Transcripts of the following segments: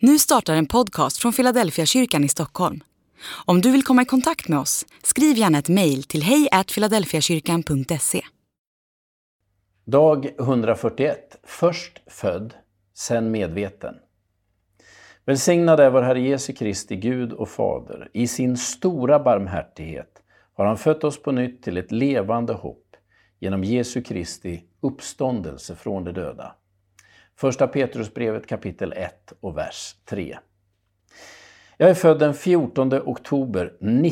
Nu startar en podcast från Philadelphia kyrkan i Stockholm. Om du vill komma i kontakt med oss, skriv gärna ett mejl till hej@philadelphiakyrkan.se. Dag 141. Först född, sen medveten. Välsignad är vår Herre Jesu Kristi Gud och Fader. I sin stora barmhärtighet har han fött oss på nytt till ett levande hopp genom Jesu Kristi uppståndelse från de döda. Första Petrusbrevet kapitel 1 och vers 3. Jag är född den 14 oktober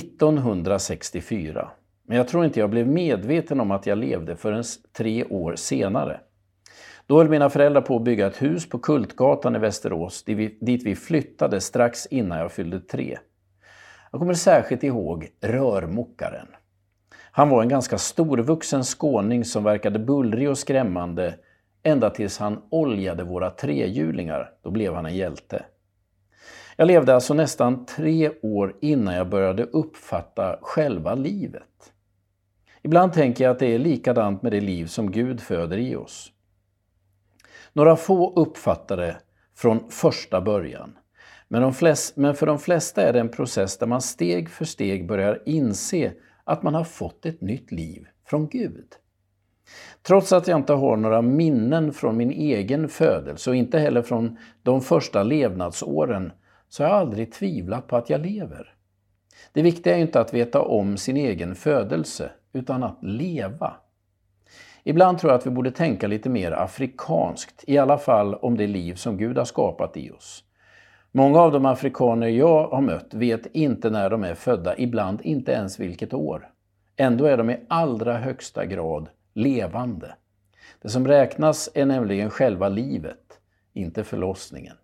1964. Men jag tror inte jag blev medveten om att jag levde förrän 3 år senare. Då höll mina föräldrar på att bygga ett hus på Kultgatan i Västerås, dit vi flyttade strax innan jag fyllde 3. Jag kommer särskilt ihåg rörmokaren. Han var en ganska storvuxen skåning som verkade bullrig och skrämmande ända tills han oljade våra trehjulingar. Då blev han en hjälte. Jag levde alltså nästan 3 år innan jag började uppfatta själva livet. Ibland tänker jag att det är likadant med det liv som Gud föder i oss. Några få uppfattar det från första början. Men för de flesta är det en process där man steg för steg börjar inse att man har fått ett nytt liv från Gud. Trots att jag inte har några minnen från min egen födelse och inte heller från de första levnadsåren, så har jag aldrig tvivlat på att jag lever. Det viktiga är inte att veta om sin egen födelse, utan att leva. Ibland tror jag att vi borde tänka lite mer afrikanskt, i alla fall om det liv som Gud har skapat i oss. Många av de afrikaner jag har mött vet inte när de är födda, ibland inte ens vilket år. Ändå är de i allra högsta grad levande. Det som räknas är nämligen själva livet, inte förlossningen.